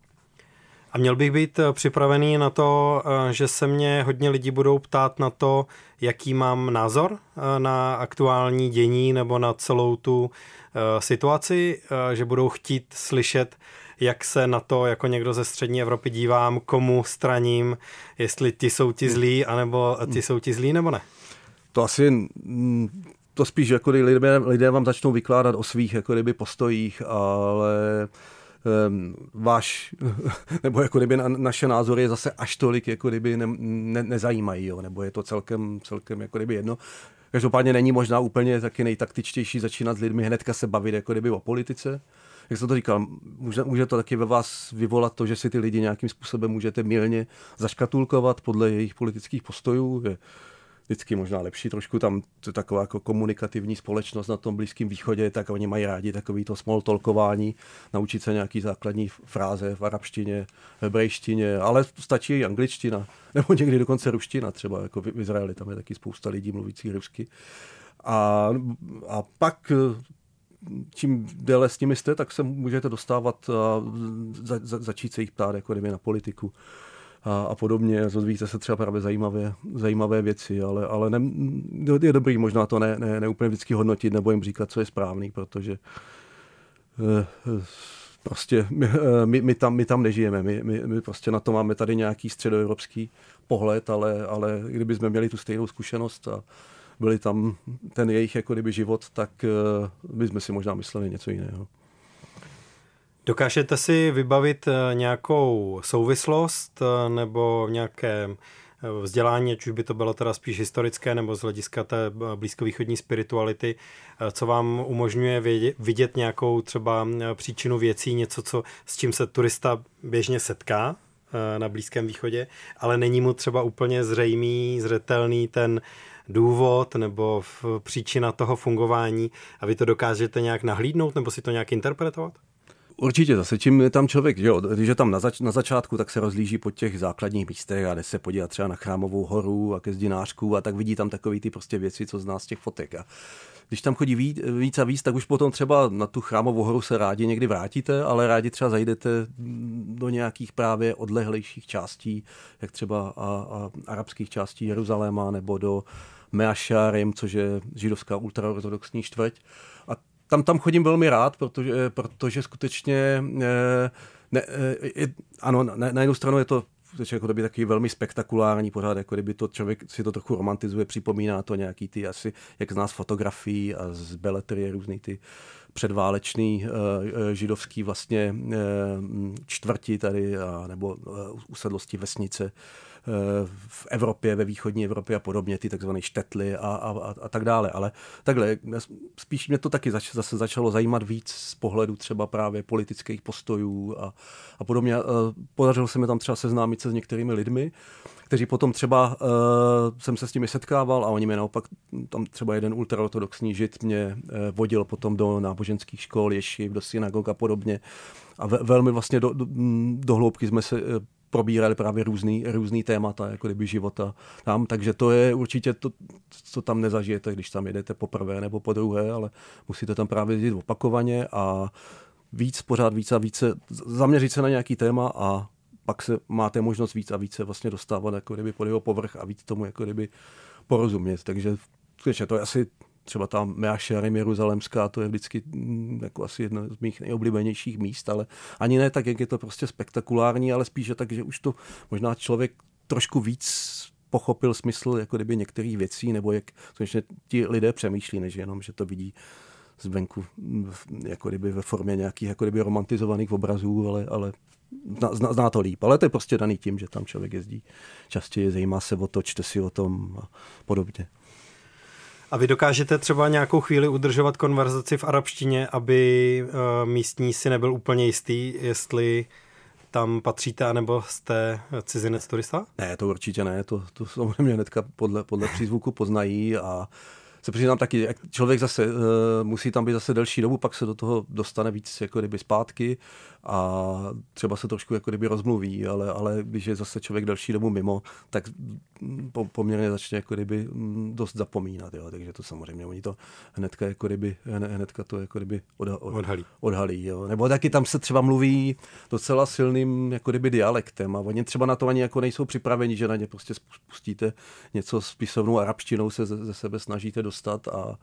S4: A měl bych být připravený na to, že se mě hodně lidí budou ptát na to, jaký mám názor na aktuální dění nebo na celou tu situaci, že budou chtít slyšet, jak se na to jako někdo ze střední Evropy dívám, komu straním, jestli ti jsou ti zlí, anebo ti jsou ti zlí, nebo ne?
S5: To asi, to spíš jako lidé, lidé vám začnou vykládat o svých jako kdyby postojích, ale um, váš, nebo jako kdyby na, naše názory je zase až tolik jako kdyby ne, ne, nezajímají, jo, nebo je to celkem, celkem jako kdyby jedno. Každopádně není možná úplně taky nejtaktičtější začínat s lidmi hnedka se bavit jako kdyby o politice. Jak jsem to říkal, může, může to taky ve vás vyvolat to, že si ty lidi nějakým způsobem můžete mylně zaškatulkovat podle jejich politických postojů. Je vždycky možná lepší trošku tam to taková jako komunikativní společnost na tom Blízkém východě, tak oni mají rádi takový to small talkování, naučit se nějaký základní fráze v arabštině, hebrejštině, ale stačí i angličtina, nebo někdy dokonce ruština, třeba jako v Izraeli, tam je taky spousta lidí mluvících rusky. A, a pak čím déle s nimi jste, tak se můžete dostávat a za, za, začít se jich ptát jako kdyby na politiku a, a podobně. Dozvíte se třeba právě zajímavé, zajímavé věci, ale, ale ne, je dobrý možná to ne, ne, ne úplně vždycky hodnotit nebo jim říkat, co je správný, protože eh, prostě my, my, my, tam, my tam nežijeme. My, my, my prostě na to máme tady nějaký středoevropský pohled, ale, ale kdybychom měli tu stejnou zkušenost a byli tam ten jejich jako kdyby život, tak uh, bychom si možná mysleli něco jiného.
S4: Dokážete si vybavit nějakou souvislost nebo nějaké vzdělání, ať už by to bylo teda spíš historické nebo z hlediska té blízkovýchodní spirituality, co vám umožňuje vědět, vidět nějakou třeba příčinu věcí, něco, co, s čím se turista běžně setká na Blízkém východě, ale není mu třeba úplně zřejmý, zřetelný ten důvod nebo příčina toho fungování a vy to dokážete nějak nahlídnout nebo si to nějak interpretovat?
S5: Určitě, zase čím je tam člověk, jo, když je tam na, zač- na začátku, tak se rozlíží po těch základních místech a jde se podívat třeba na Chrámovou horu a ke Zdinářku a tak vidí tam takový ty prostě věci, co zná z těch fotek. A když tam chodí víc, víc a víc, tak už potom třeba na tu Chrámovou horu se rádi někdy vrátíte, ale rádi třeba zajdete do nějakých právě odlehlejších částí, jak třeba a, a arabských částí Jeruzaléma nebo do Mea Shearim, což je židovská ultraortodoxní čtvrť. A tam, tam chodím velmi rád, protože, protože skutečně ne, je, ano, na, na jednu stranu je to jako to by takový velmi spektakulární pořád, jako kdyby to člověk si to trochu romantizuje, připomíná to nějaký ty asi, jak z nás fotografií a z beletrie různý ty předválečný uh, židovský vlastně uh, čtvrti tady, a, nebo uh, usedlosti vesnice v Evropě, ve východní Evropě a podobně, ty takzvané štetly a, a, a tak dále. Ale takhle, spíš mě to taky zač, zase začalo zajímat víc z pohledu třeba právě politických postojů a, a podobně. Podařilo se mi tam třeba seznámit se s některými lidmi, kteří potom třeba uh, jsem se s nimi setkával a oni mě naopak, tam třeba jeden ultraortodoxní žid mě uh, vodil potom do náboženských škol, ješiv, do synagog a podobně. A ve, velmi vlastně do, do, do hloubky jsme se uh, probírali právě různý, různý témata, jako kdyby života tam, takže to je určitě to, co tam nezažijete, když tam jedete poprvé nebo po druhé, ale musíte tam právě jezdit opakovaně a víc, pořád víc a více, zaměřit se na nějaký téma a pak se máte možnost víc a více vlastně dostávat jako kdyby pod jeho povrch a víc tomu jako kdyby porozumět, takže skutečně to je asi třeba ta Mea Shearim jeruzalémská, to je vždycky jako asi jedno z mých nejoblíbenějších míst, ale ani ne tak, jak je to prostě spektakulární, ale spíše tak, že už to možná člověk trošku víc pochopil smysl jako kdyby některých věcí, nebo jak skutečně ti lidé přemýšlí, než jenom, že to vidí zvenku jako kdyby ve formě nějakých jako kdyby romantizovaných obrazů, ale, ale zná, zná to líp. Ale to je prostě daný tím, že tam člověk jezdí častěji, zajímá se o to, čte si o tom a podobně.
S4: A vy dokážete třeba nějakou chvíli udržovat konverzaci v arabštině, aby uh, místní si nebyl úplně jistý, jestli tam patříte, anebo jste cizinec turista?
S5: Ne, to určitě ne, to, to samozřejmě hnedka podle, podle přízvuku poznají a se přiznám taky, jak člověk zase uh, musí tam být zase delší dobu, pak se do toho dostane víc jako kdyby zpátky a třeba se trošku jako kdyby rozmluví, ale, ale když je zase člověk delší dobu mimo, tak po, poměrně začne jako kdyby dost zapomínat, jo, takže to samozřejmě oni to hnedka jako kdyby, hnedka to jako kdyby odha, od,
S4: odhalí.
S5: odhalí, jo. Nebo taky tam se třeba mluví docela silným jako kdyby dialektem a oni třeba na to ani jako nejsou připraveni, že na ně prostě spustíte něco s písovnou arabštinou, se ze, ze sebe snažíte dostat a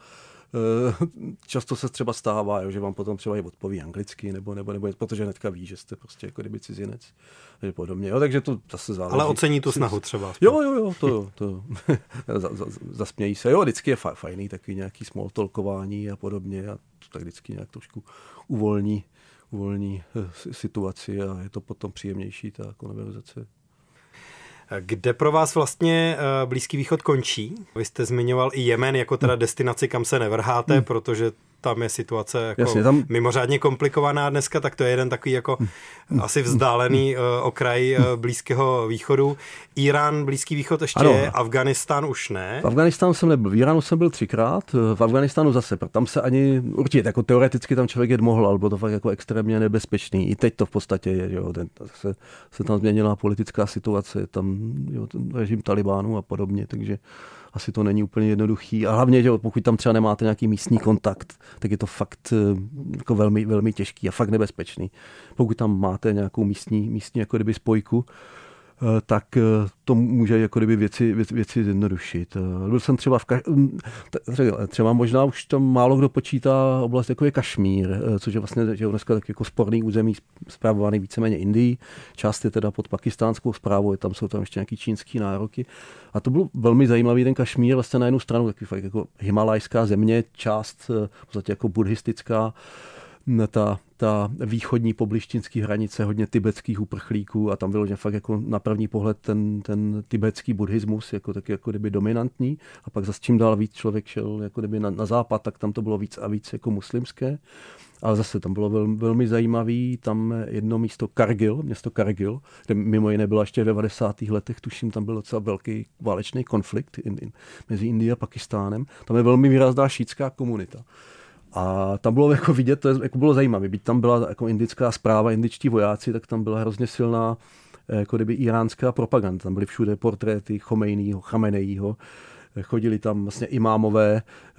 S5: často se třeba stává, jo, že vám potom třeba i odpoví anglicky, nebo, nebo, nebo protože hnedka ví, že jste prostě jako kdyby cizinec, takže podobně, jo, takže to zase záleží.
S4: Ale ocení tu snahu třeba.
S5: Jo, jo, jo, to, to zasmějí se, jo, vždycky je fajný takový nějaký small talkování a podobně a to tak vždycky nějak trošku uvolní, uvolní situaci a je to potom příjemnější ta konverzace.
S4: Kde pro vás vlastně Blízký východ končí? Vy jste zmiňoval i Jemen jako teda destinaci, kam se nevrháte, hmm. protože tam je situace jako Jasně, tam... mimořádně komplikovaná dneska, tak to je jeden takový jako hmm. asi vzdálený uh, okraj uh, Blízkého východu. Irán, Blízký východ ještě ano. je, Afganistán už ne.
S5: V Afganistánu jsem nebyl, v Iránu jsem byl třikrát, v Afganistánu zase, tam se ani, určitě, jako teoreticky tam člověk jet mohl, ale bylo to fakt jako extrémně nebezpečný. I teď to v podstatě je, že jo, ten, se, se tam změnila politická situace, tam jo, ten režim Talibánu a podobně, takže asi to není úplně jednoduchý. A hlavně, že pokud tam třeba nemáte nějaký místní kontakt, tak je to fakt jako velmi, velmi těžký a fakt nebezpečný. Pokud tam máte nějakou místní, místní jako kdyby spojku, tak to může jako kdyby věci, věci, věci zjednodušit. Byl jsem třeba v Ka- třeba možná už tam málo kdo počítá oblast, jako je Kašmír, což je vlastně že dneska tak jako sporný území spravovaný víceméně Indií. Část je teda pod pakistánskou správou, tam jsou tam ještě nějaký čínský nároky. A to byl velmi zajímavý ten Kašmír, vlastně na jednu stranu takový fakt jako himalajská země, část v podstatě jako buddhistická, ta, ta východní poblištinský hranice, hodně tibetských uprchlíků a tam bylo že fakt jako na první pohled ten, ten tibetský buddhismus jako taky jako kdyby dominantní a pak zase čím dál víc člověk šel jako kdyby na, na západ, tak tam to bylo víc a víc jako muslimské. Ale zase tam bylo velmi, velmi zajímavý, tam jedno místo Kargil, město Kargil, kde mimo jiné bylo ještě v devadesátých letech, tuším, tam byl docela velký válečný konflikt in, in, mezi Indií a Pakistánem. Tam je velmi výrazná šítská komunita. A tam bylo jako vidět, to je, jako bylo zajímavé, byť tam byla jako indická správa, indičtí vojáci, tak tam byla hrozně silná jako kdyby iránská propaganda. Tam byly všude portréty Chomejního, Chamenejího, chodili tam vlastně imámové eh,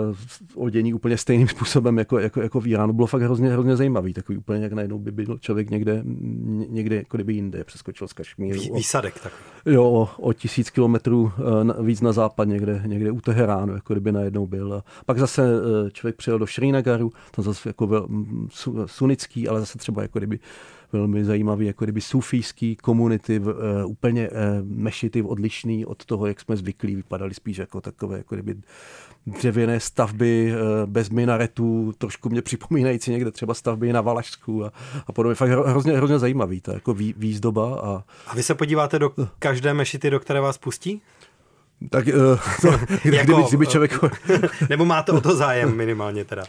S5: odění úplně stejným způsobem jako, jako, jako v Iránu. Bylo fakt hrozně, hrozně zajímavý, takový úplně jak najednou by byl člověk někde, někde jako kdyby jinde, přeskočil z Kašmíru.
S4: Výsadek tak.
S5: Jo, o, o tisíc kilometrů eh, víc na západ, někde, někde u Teheránu, jako kdyby najednou byl. A pak zase eh, člověk přijel do Šrínagaru, tam zase jako vel, su, sunnický, ale zase třeba jako kdyby velmi zajímavý, jako kdyby sufijský komunity, uh, úplně uh, mešity odlišný od toho, jak jsme zvyklí, vypadaly spíš jako takové jako kdyby dřevěné stavby uh, bez minaretů, trošku mě připomínající někde třeba stavby na Valašsku a, a podobně. Fakt hrozně, hrozně zajímavý, to jako vý, výzdoba. A...
S4: a vy se podíváte do každé mešity, do které vás pustí?
S5: Tak uh, to, kdyby, jako, kdyby člověk...
S4: Nebo máte o to zájem minimálně teda?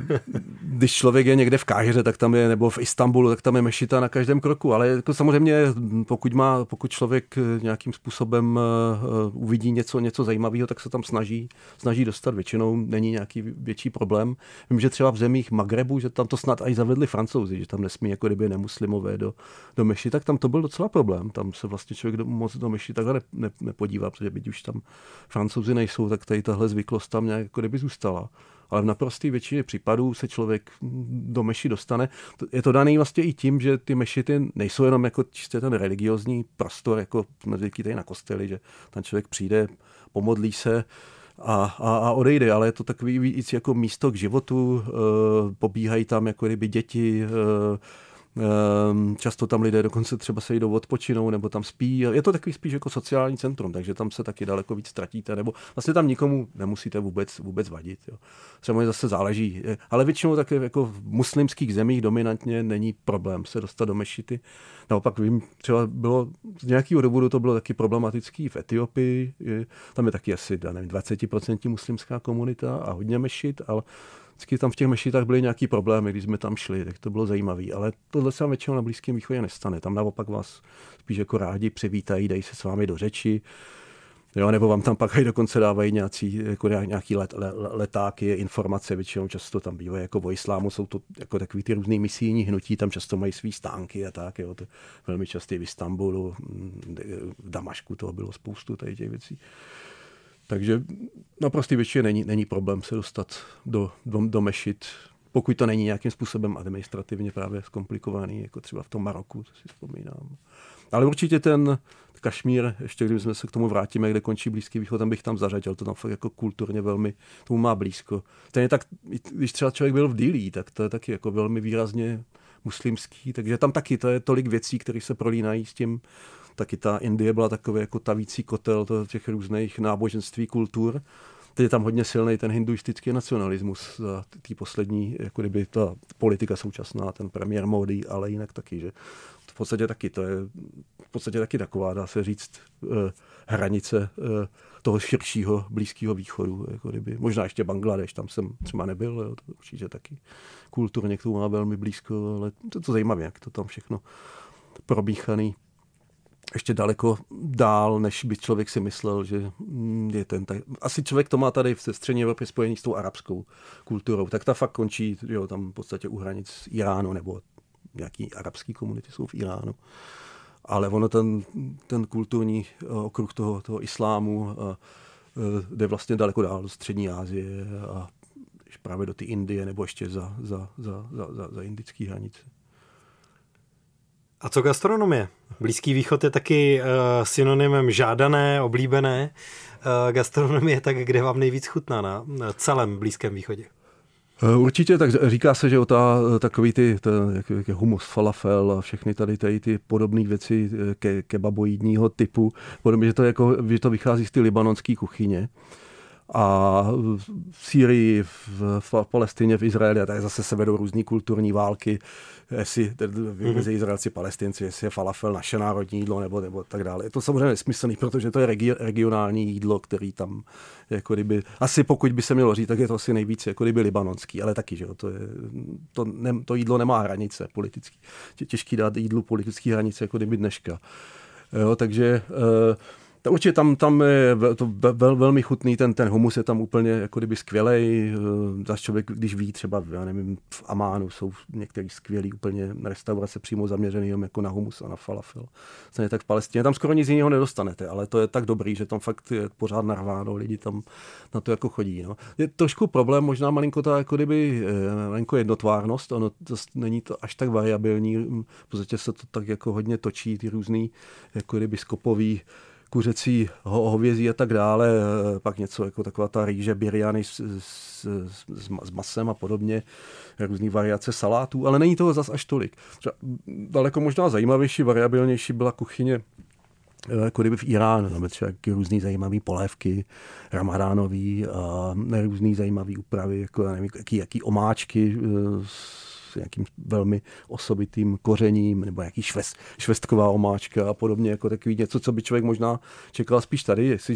S5: Když člověk je někde v Káhiře, tak tam je, nebo v Istanbulu, tak tam je mešita na každém kroku, ale jako samozřejmě, pokud má, pokud člověk nějakým způsobem uh, uvidí něco, něco zajímavého, tak se tam snaží, snaží dostat. Většinou není nějaký větší problém. Vím, že třeba v zemích Magrebu, že tam to snad i zavedli Francouzi, že tam nesmí jako kdyby nemuslimové do, do meši, tak tam to byl docela problém. Tam se vlastně člověk do, moc do meši takhle ne, ne, nepodívá, protože byť už tam Francouzi nejsou, tak tady tahle zvyklost tam nějak jako kdyby zůstala. Ale v naprosté většině případů se člověk do meši dostane. Je to daný vlastně i tím, že ty mešity nejsou jenom jako čistě ten religiózní prostor, jako jsme zvyklí tady na kosteli, že tam člověk přijde, pomodlí se a, a, a odejde, ale je to takový víc jako místo k životu, e, pobíhají tam jako kdyby děti, e, často tam lidé dokonce třeba se jdou odpočinou nebo tam spí. Je to takový spíš jako sociální centrum, takže tam se taky daleko víc ztratíte, nebo vlastně tam nikomu nemusíte vůbec, vůbec vadit. Jo. Třeba zase záleží, ale většinou také jako v muslimských zemích dominantně není problém se dostat do mešity. Naopak vím, třeba bylo z nějakého důvodu to bylo taky problematický v Etiopii, tam je taky asi nevím, dvacet procent muslimská komunita a hodně mešit, ale vždycky tam v těch mešitách byly nějaký problémy, když jsme tam šli, tak to bylo zajímavé. Ale tohle se vám většinou na Blízkém východě nestane. Tam naopak vás spíš jako rádi přivítají, dají se s vámi do řeči. Jo, nebo vám tam pak i dokonce dávají nějací, jako nějaký let, le, letáky, informace, většinou často tam bývají jako o islámu, jsou to jako takový ty různý misijní hnutí, tam často mají svý stánky a tak, jo, to velmi často v Istanbulu, v Damašku toho bylo spoustu tady těch věcí. Takže naprostý většině není, není problém se dostat do, do, do mešit, pokud to není nějakým způsobem administrativně právě zkomplikovaný, jako třeba v tom Maroku, to si vzpomínám. Ale určitě ten Kašmír, ještě když jsme se k tomu vrátíme, kde končí Blízký východ, tam bych tam zařadil, to tam fakt jako kulturně velmi tomu má blízko. Ten je tak, když třeba člověk byl v Dillí, tak to je taky jako velmi výrazně muslimský, takže tam taky to je tolik věcí, které se prolínají s tím. Taky ta Indie byla takový jako tavící kotel těch různých náboženství, kultur. teď je tam hodně silný ten hinduistický nacionalismus za tý poslední, jako kdyby ta politika současná, ten premiér Modi, ale jinak taky, že v podstatě taky, to je v podstatě taky taková, dá se říct, hranice toho širšího Blízkého východu, jako kdyby, možná ještě Bangladeš, tam jsem třeba nebyl, jo, to určitě taky kulturně k tomu má velmi blízko, ale to je to zajímavé, jak to tam všechno probíchaný ještě daleko dál, než by člověk si myslel, že je ten tak. Asi člověk to má tady v střední Evropě spojený s tou arabskou kulturou, tak ta fakt končí, jo, tam v podstatě u hranic Iránu, nebo nějaký arabský komunity jsou v Iránu. Ale ono ten, ten kulturní okruh toho, toho islámu a, jde vlastně daleko dál do střední Asie a právě do ty Indie nebo ještě za, za, za, za, za indický hranice.
S4: A co gastronomie? Blízký východ je taky uh, synonymem žádané, oblíbené. Uh, gastronomie, tak kde vám nejvíc chutná na, na celém Blízkém východě?
S5: Určitě, tak říká se, že o ta, takový ty, to, jak, jak humus, falafel a všechny tady, tady ty podobné věci ke, kebaboidního typu, podobně, že to, jako, že to vychází z ty libanonské kuchyně. A v Sýrii, v, v Palestině, v Izraeli, a tak zase se vedou různý kulturní války, jestli mezi Izraelci, Palestinci, jestli je falafel naše národní jídlo, nebo, nebo tak dále. Je to samozřejmě nesmyslný, protože to je regi, regionální jídlo, který tam, jako kdyby, asi pokud by se mělo říct, tak je to asi nejvíc jako kdyby libanonský, ale taky, že jo, to, je, to, ne, to jídlo nemá hranice politický. Těžký dát jídlu politický hranice, jako kdyby dneška. Jo, takže uh, určitě tam, tam je to vel, velmi chutný, ten, ten humus je tam úplně jako kdyby skvělej. Zase člověk, když ví třeba, já nevím, v Amánu jsou některý skvělý úplně restaurace přímo zaměřený jenom jako na humus a na falafel. Stejně tak v Palestině. Tam skoro nic jiného nedostanete, ale to je tak dobrý, že tam fakt je pořád narváno, lidi tam na to jako chodí. No. Je trošku problém, možná malinko ta jako kdyby malinko jednotvárnost, ono to není to až tak variabilní, v podstatě se to tak jako hodně točí, ty různý jako kdyby skopový kuřecí, ho, hovězí a tak dále, pak něco jako taková ta rýže, biryani s, s, s, s masem a podobně, různý variace salátů, ale není toho zas až tolik. Třeba daleko možná zajímavější, variabilnější byla kuchyně jako kdyby v Iránu, tam třeba různý zajímavý polévky, ramadánový a různý zajímavý úpravy, jako nevím, jaký, jaký omáčky s nějakým velmi osobitým kořením, nebo nějaký švest, švestková omáčka a podobně, jako takový něco, co by člověk možná čekal spíš tady, jestli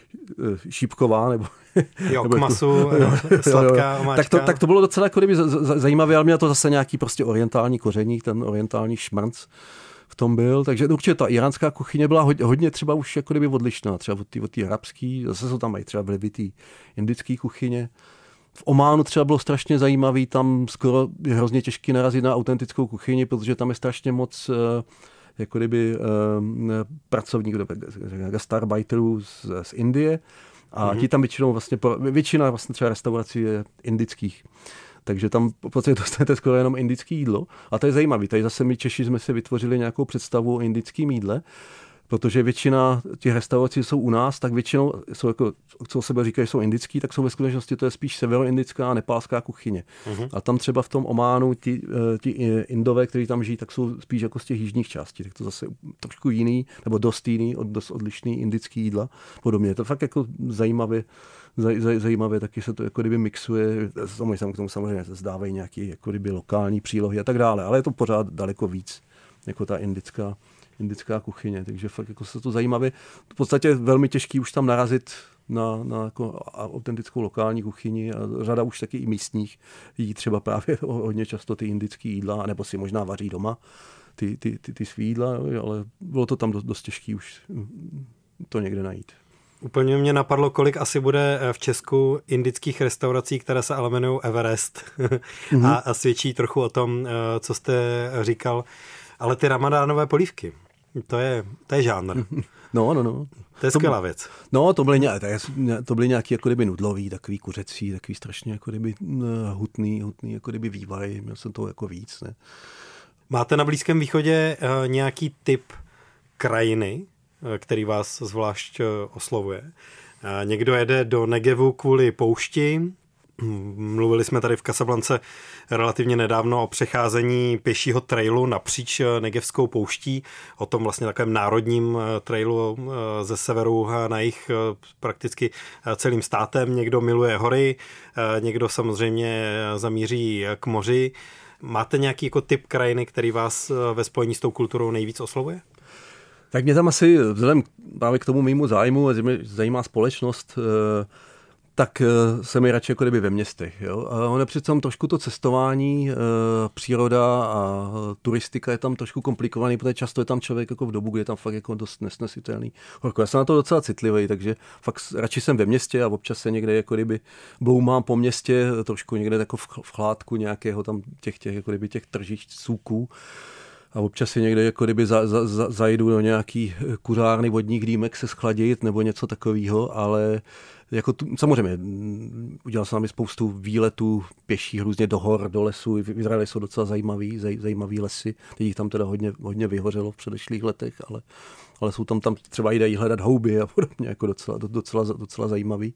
S5: šípková, nebo...
S4: Jo,
S5: nebo
S4: k masu, jo, sladká omáčka.
S5: Tak to, tak to bylo docela jako kdyby zajímavé, ale mělo to zase nějaký prostě orientální koření, ten orientální šmrnc v tom byl, takže určitě ta iránská kuchyně byla hodně, hodně třeba už jako kdyby odlišná, třeba od té arabské, zase jsou tam i třeba vlivy té indické kuchyně. V Ománu třeba bylo strašně zajímavý, tam skoro je hrozně těžký narazit na autentickou kuchyni, protože tam je strašně moc jako kdyby pracovníků, gastarbeiterů z, z Indie a mm-hmm. ti tam většinou vlastně, většina vlastně třeba restaurací je indických. Takže tam v podstatě dostanete skoro jenom indické jídlo. A to je zajímavé. Tady zase my Češi jsme si vytvořili nějakou představu o indickém jídle, protože většina těch restaurací jsou u nás, tak většinou jsou jako, co o sebe říkají, jsou indický, tak jsou ve skutečnosti to je spíš severoindická a nepálská kuchyně. Uh-huh. A tam třeba v tom Ománu ti, ti Indové, kteří tam žijí, tak jsou spíš jako z těch jižních částí. Tak to zase trošku jiný, nebo dost jiný, dost odlišný indický jídla. Podobně. To fakt jako zajímavě, zaj, zaj, zajímavě taky se to jako kdyby mixuje. Samozřejmě k tomu samozřejmě zdávají nějaké jako kdyby lokální přílohy a tak dále, ale je to pořád daleko víc jako ta indická indická kuchyně, takže fakt jako se to zajímavě. V podstatě je velmi těžký už tam narazit na, na jako autentickou lokální kuchyni a řada už taky i místních jí třeba právě hodně často ty indické jídla, nebo si možná vaří doma ty, ty, ty, ty svý jídla, ale bylo to tam dost, dost těžký už to někde najít.
S4: Úplně mě napadlo, kolik asi bude v Česku indických restaurací, které se ale jmenují Everest mm-hmm. a, a svědčí trochu o tom, co jste říkal, ale ty ramadánové polívky. To je, to je žánr.
S5: No, no, no.
S4: To je skvělá věc.
S5: No, to byly, nějaké, to byly nějaký jako kdyby nudlový, takový kuřecí, takový strašně jako kdyby hutný, hutný jako kdyby vývaj. Měl jsem toho jako víc, ne.
S4: Máte na Blízkém východě uh, nějaký typ krajiny, uh, který vás zvlášť uh, oslovuje? Uh, někdo jede do Negevu kvůli poušti, Mluvili jsme tady v Casablance relativně nedávno o přecházení pěšího trailu napříč Negevskou pouští, o tom vlastně takovém národním trailu ze severu na jih prakticky celým státem. Někdo miluje hory, někdo samozřejmě zamíří k moři. Máte nějaký jako typ krajiny, který vás ve spojení s tou kulturou nejvíc oslovuje?
S5: Tak mě tam asi vzhledem právě k tomu mému zájmu, zajímá společnost, tak jsem je radši jako kdyby ve městech. Jo? A ono přece trošku to cestování, e, příroda a turistika je tam trošku komplikovaný, protože často je tam člověk jako v dobu, kdy je tam fakt jako dost nesnesitelný horko. Já jsem na to docela citlivý, takže fakt radši jsem ve městě a občas se někde jako kdyby bloumám po městě, trošku někde jako v, v chládku nějakého tam těch, těch, jako kdyby těch tržích cůků. A občas si někde jako kdyby za, za, za, zajdu do nějaký kuřárny vodních dýmek se schladit nebo něco takového, ale jako tu, samozřejmě udělal jsem tam spoustu výletů pěších různě do hor, do lesů. V Izraeli jsou docela zajímavý, zaj, zajímavý lesy. Teď jich tam teda hodně, hodně vyhořelo v předešlých letech, ale, ale jsou tam, tam třeba jde hledat houby a podobně, jako docela, docela, docela zajímavý.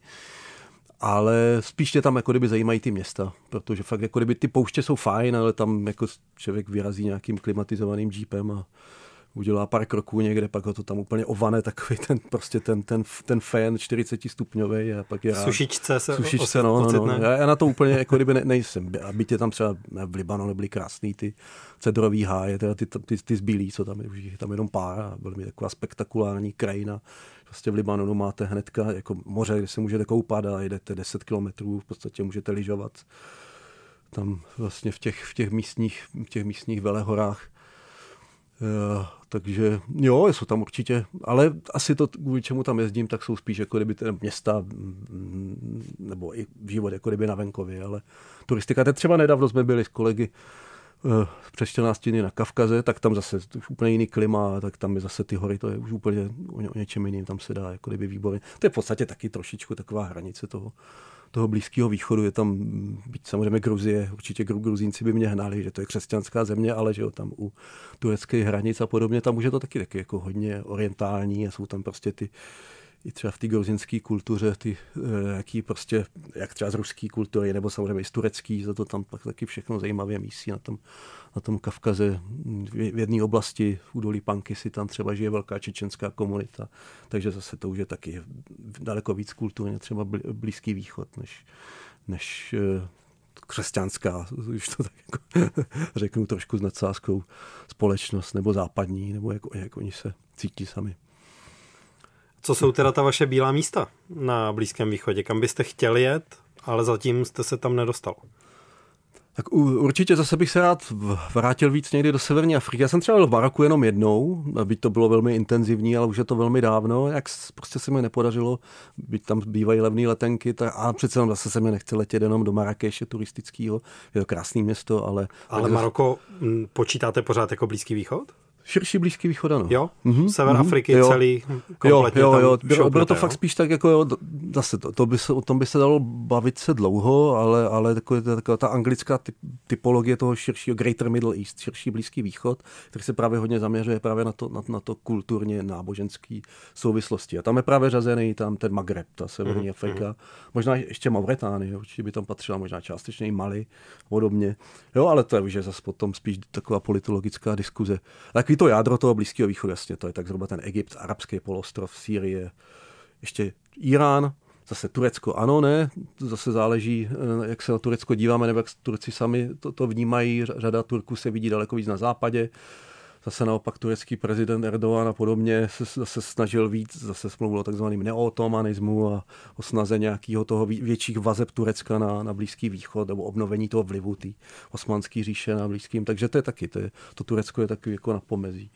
S5: Ale spíš tě tam jako kdyby zajímají ty města, protože fakt jako kdyby ty pouště jsou fajn, ale tam jako člověk vyrazí nějakým klimatizovaným jeepem a udělá pár kroků někde, pak ho to tam úplně ovane, takový ten prostě ten, ten, ten fén čtyřicetistupňový a pak je rád.
S4: Sušičce se
S5: Sušičce, no, no, no. Já, já na to úplně jako kdyby ne, nejsem. A byť je tam třeba v Libanonu byly krásný ty cedrový háje, teda ty, ty, ty zbílí, co tam je, už je tam jenom pár a velmi taková spektakulární krajina. Prostě v Libanonu máte hnedka jako moře, kde se můžete koupat a jdete deset kilometrů, v podstatě můžete lyžovat tam vlastně v těch, v těch místních, v těch místních velehorách. Uh, takže jo, jsou tam určitě, ale asi to, kvůli čemu tam jezdím, tak jsou spíš jako kdyby města nebo i život jako kdyby na venkově, ale turistika. Teď třeba nedávno jsme byli s kolegy uh, přes čtrnáct dní na Kavkaze, tak tam zase už úplně jiný klima, tak tam je zase ty hory, to je už úplně o, ně, o něčem jiným, tam se dá jako kdyby výborně. To je v podstatě taky trošičku taková hranice toho, toho Blízkého východu, je tam byť samozřejmě Gruzie, určitě Gruzínci by mě hnali, že to je křesťanská země, ale že jo, tam u tureckých hranic a podobně, tam už je to taky, taky jako hodně orientální a jsou tam prostě ty, i třeba v té gruzinské kultuře, ty, jaký prostě, jak třeba z ruské kultury, nebo samozřejmě i z turecký, za to tam pak taky všechno zajímavé místí na tom, na tom Kavkaze. V jedné oblasti, v údolí Pankisy, tam třeba žije velká čečenská komunita, takže zase to už je taky daleko víc kulturně, třeba Blízký východ, než, než křesťanská, už to tak jako řeknu trošku s nadsázkou, společnost, nebo západní, nebo jak, jak oni se cítí sami.
S4: Co jsou teda ta vaše bílá místa na Blízkém východě? Kam byste chtěli jet, ale zatím jste se tam nedostal?
S5: Tak určitě zase bych se rád vrátil víc někdy do severní Afriky. Já jsem třeba byl v Maroku jenom jednou, byť to bylo velmi intenzivní, ale už je to velmi dávno. Jak prostě se mi nepodařilo, byť tam bývají levné letenky, tak, a přece jenom zase se mi nechce letět jenom do Marrakeše turistického. Je to krásné město, ale...
S4: Ale Maroko zase... počítáte pořád jako Blízký východ?
S5: Širší Blízký východ, ano.
S4: Jo,
S5: mm-hmm,
S4: sever
S5: mm-hmm,
S4: Afriky
S5: jo,
S4: celý kompletně
S5: jo, jo,
S4: tam
S5: jo, bylo, bylo to
S4: jo?
S5: fakt spíš tak, jako jo, zase to, to by se, o tom by se dalo bavit se dlouho, ale, ale taková, taková ta anglická typ, typologie toho širšího Greater Middle East, širší Blízký východ, který se právě hodně zaměřuje právě na to, na, na to kulturně náboženský souvislosti. A tam je právě řazený tam ten Magreb, ta severní mm-hmm. Afrika, možná ještě Mauritánie, určitě by tam patřila, možná částečně i Mali, podobně. Jo, ale to je už je zase potom spíš taková politologická diskuze. Takový to jádro toho Blízkého východu, jasně, to je tak zhruba ten Egypt, arabský poloostrov, Sýrie, ještě Irán, zase Turecko, ano, ne, zase záleží, jak se na Turecko díváme, nebo jak Turci sami to, to vnímají, řada Turků se vidí daleko víc na západě, zase naopak turecký prezident Erdogan a podobně se zase snažil víc, zase mluvil o takzvaným neotomanismu a o snaze nějakého toho větších vazeb Turecka na, na Blízký východ nebo obnovení toho vlivu té osmanské říše na Blízkým, takže to je taky, to, je, to Turecko je taky jako na pomezí.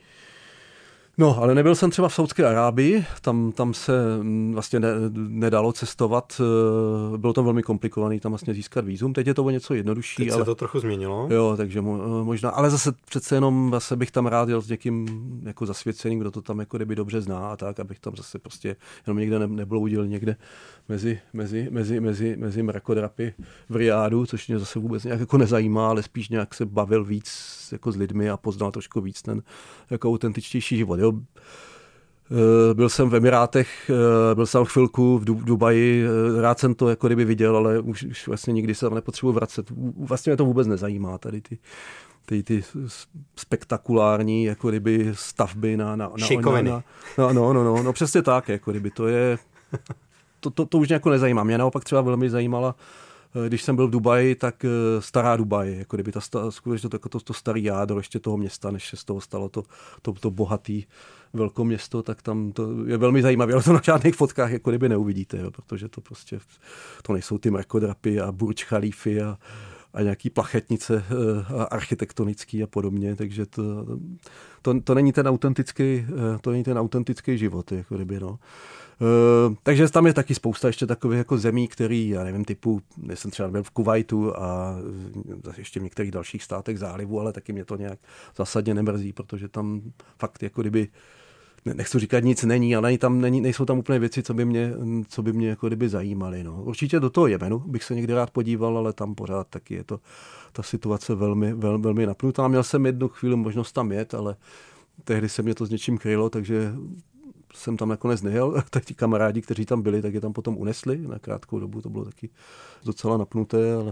S5: No, ale nebyl jsem třeba v Saudské Arábii, tam, tam se vlastně ne, nedalo cestovat, bylo to velmi komplikované tam vlastně získat vízum, teď je to o něco jednodušší.
S4: Teď
S5: ale...
S4: se to trochu změnilo.
S5: Jo, takže možná, ale zase přece jenom zase bych tam rád jel s někým jako zasvěceným, kdo to tam jako kdyby dobře zná a tak, abych tam zase prostě jenom někde ne, nebloudil někde mezi, mezi, mezi, mezi, mezi mrakodrapy v Riádu, což mě zase vůbec nějak jako nezajímá, ale spíš nějak se bavil víc jako s lidmi a poznal trošku víc ten jako autentičtější život. Jo. Byl jsem v Emirátech, byl jsem chvilku v Dubaji, rád jsem to jako kdyby viděl, ale už, už vlastně nikdy se tam nepotřebuji vracet. Vlastně mě to vůbec nezajímá, tady ty, ty, ty spektakulární jako kdyby stavby na... na, na
S4: šikoviny.
S5: Na, no, no, no, no, no, přesně tak, jako kdyby to je... To, to, to už nějak nezajímá. Mě naopak třeba velmi zajímala, když jsem byl v Dubaji, tak stará Dubaj, jako kdyby ta skutečně to, to, to starý jádro ještě toho města, než se z toho stalo to, to, to bohatý velkoměsto, tak tam to je velmi zajímavé, ale to na žádných fotkách jako kdyby neuvidíte, jo, protože to prostě, to nejsou ty mrakodrapy a Burj Khalify a, a nějaký plachetnice a architektonický a podobně, takže to, to, to není ten autentický, to není ten autentický život, jako kdyby, no. Uh, takže tam je taky spousta ještě takových jako zemí, který, já nevím, typu, jsem třeba byl v Kuwaitu a ještě v některých dalších státech zálivu, ale taky mě to nějak zásadně nemrzí, protože tam fakt jako kdyby, nechci říkat nic není, ale tam není, nejsou tam úplně věci, co by mě, co by mě jako kdyby zajímaly. No. Určitě do toho Jemenu bych se někdy rád podíval, ale tam pořád taky je to ta situace velmi, velmi, velmi napnutá. Měl jsem jednu chvíli možnost tam jet, ale tehdy se mě to s něčím krylo, takže jsem tam nakonec nejel. Tak ti kamarádi, kteří tam byli, tak je tam potom unesli na krátkou dobu. To bylo taky docela napnuté, ale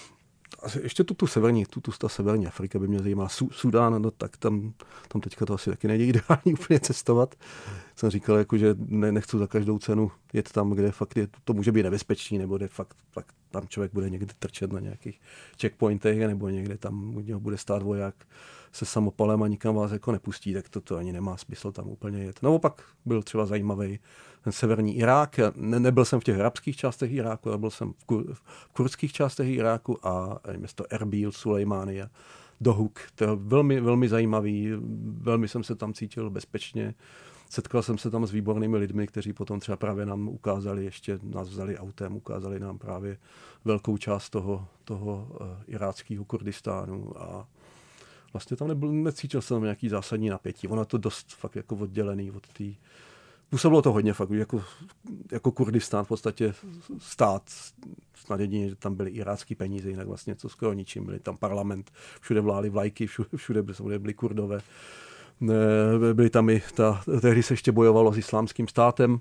S5: ještě tu, tu severní, tu, tu ta severní Afrika by mě zajímala. Sudán, no tak tam, tam teďka to asi taky není ideální úplně cestovat. Jsem říkal, jako, že ne, nechci za každou cenu jet tam, kde fakt je, to může být nebezpečný, nebo kde fakt, fakt tam člověk bude někde trčet na nějakých checkpointech, nebo někde tam u něho bude stát voják se samopalem a nikam vás jako nepustí, tak to, to ani nemá smysl tam úplně jet. No opak byl třeba zajímavý ten severní Irák. Ne, nebyl jsem v těch arabských částech Iráku, ale byl jsem v, kur, v kurdských částech Iráku a město Erbil, Sulejmánia, Dohuk. To je velmi, velmi zajímavý, velmi jsem se tam cítil bezpečně. Setkal jsem se tam s výbornými lidmi, kteří potom třeba právě nám ukázali, ještě nás vzali autem, ukázali nám právě velkou část toho, toho uh, iráckého Kurdistánu a vlastně tam nebyl, necítil jsem nějaký zásadní napětí. Ono je to dost fakt jako oddělený od té... Působilo to hodně fakt, jako, jako Kurdistán v podstatě stát, snad jedině, že tam byly irácký peníze, jinak vlastně co skoro ničím. Byly tam parlament, všude vlály vlajky, všude, všude byly Kurdové. Byly tam i, ta, tehdy se ještě bojovalo s islámským státem.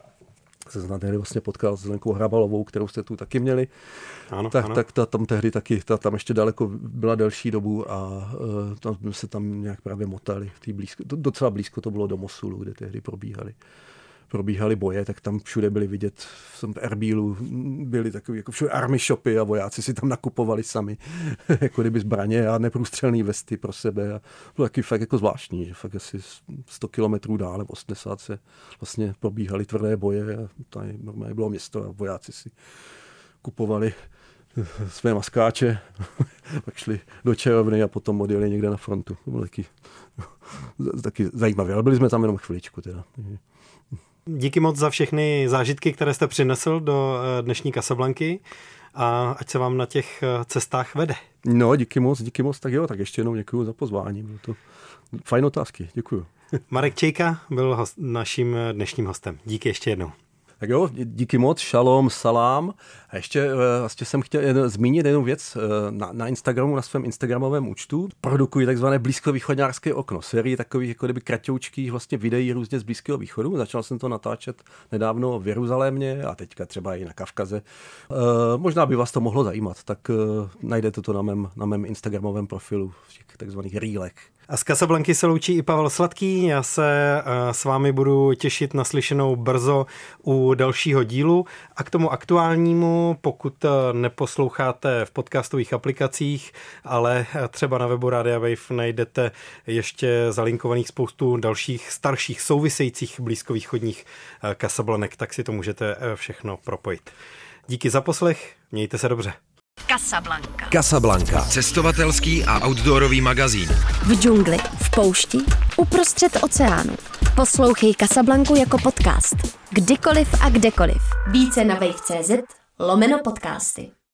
S5: Se jsem tehdy vlastně potkal s Lenkou Hrabalovou, kterou jste tu taky měli.
S4: Ano,
S5: tak,
S4: ano.
S5: tak ta tam tehdy taky, ta tam ještě daleko byla delší dobu a uh, tam jsme se tam nějak právě motali. Tý blízko, docela blízko to bylo do Mosulu, kde tehdy probíhaly. probíhaly boje, tak tam všude byly vidět, v Erbílu byly takový jako všude army shopy a vojáci si tam nakupovali sami jako kdyby zbraně a neprůstřelné vesty pro sebe a bylo taky fakt jako zvláštní, že fakt asi sto kilometrů dále, osmdesát se vlastně probíhaly tvrdé boje a tady normálně bylo město a vojáci si kupovali své maskáče, pak šli do čajovny a potom odjeli někde na frontu. To bylo taky, taky zajímavé, ale byli jsme tam jenom chviličku teda.
S4: Díky moc za všechny zážitky, které jste přinesl do dnešní Casablanky a ať se vám na těch cestách vede.
S5: No, díky moc, díky moc, tak jo, tak ještě jednou děkuju za pozvání. Bylo to fajn otázky, děkuju.
S4: Marek Čejka byl host, naším dnešním hostem. Díky ještě jednou.
S5: Tak jo, díky moc, šalom, salám. A ještě vlastně jsem chtěl jen, zmínit jednu věc. Na, na Instagramu, na svém instagramovém účtu produkuji takzvané blízkovýchodňářské okno. Sérii takových jako kdyby kratoučkých vlastně videí různě z Blízkého východu. Začal jsem to natáčet nedávno v Jeruzalémě a teďka třeba i na Kavkaze. E, možná by vás to mohlo zajímat, tak e, najdete to na mém, na mém instagramovém profilu v těch takzvaných reelech.
S4: A z Casablanky se loučí i Pavel Sladký. Já se s vámi budu těšit na slyšenou brzo u dalšího dílu. A k tomu aktuálnímu, pokud neposloucháte v podcastových aplikacích, ale třeba na webu Rádia Wave najdete ještě zalinkovaných spoustu dalších starších souvisejících blízkovýchodních Casablanek, tak si to můžete všechno propojit. Díky za poslech, mějte se dobře.
S2: Casablanca. Casablanca.
S3: Cestovatelský a outdoorový magazín.
S1: V džungli, v poušti, uprostřed oceánu. Poslouchej Casablanku jako podcast. Kdykoliv a kdekoliv. Více na wave tečka cz lomeno podcasty.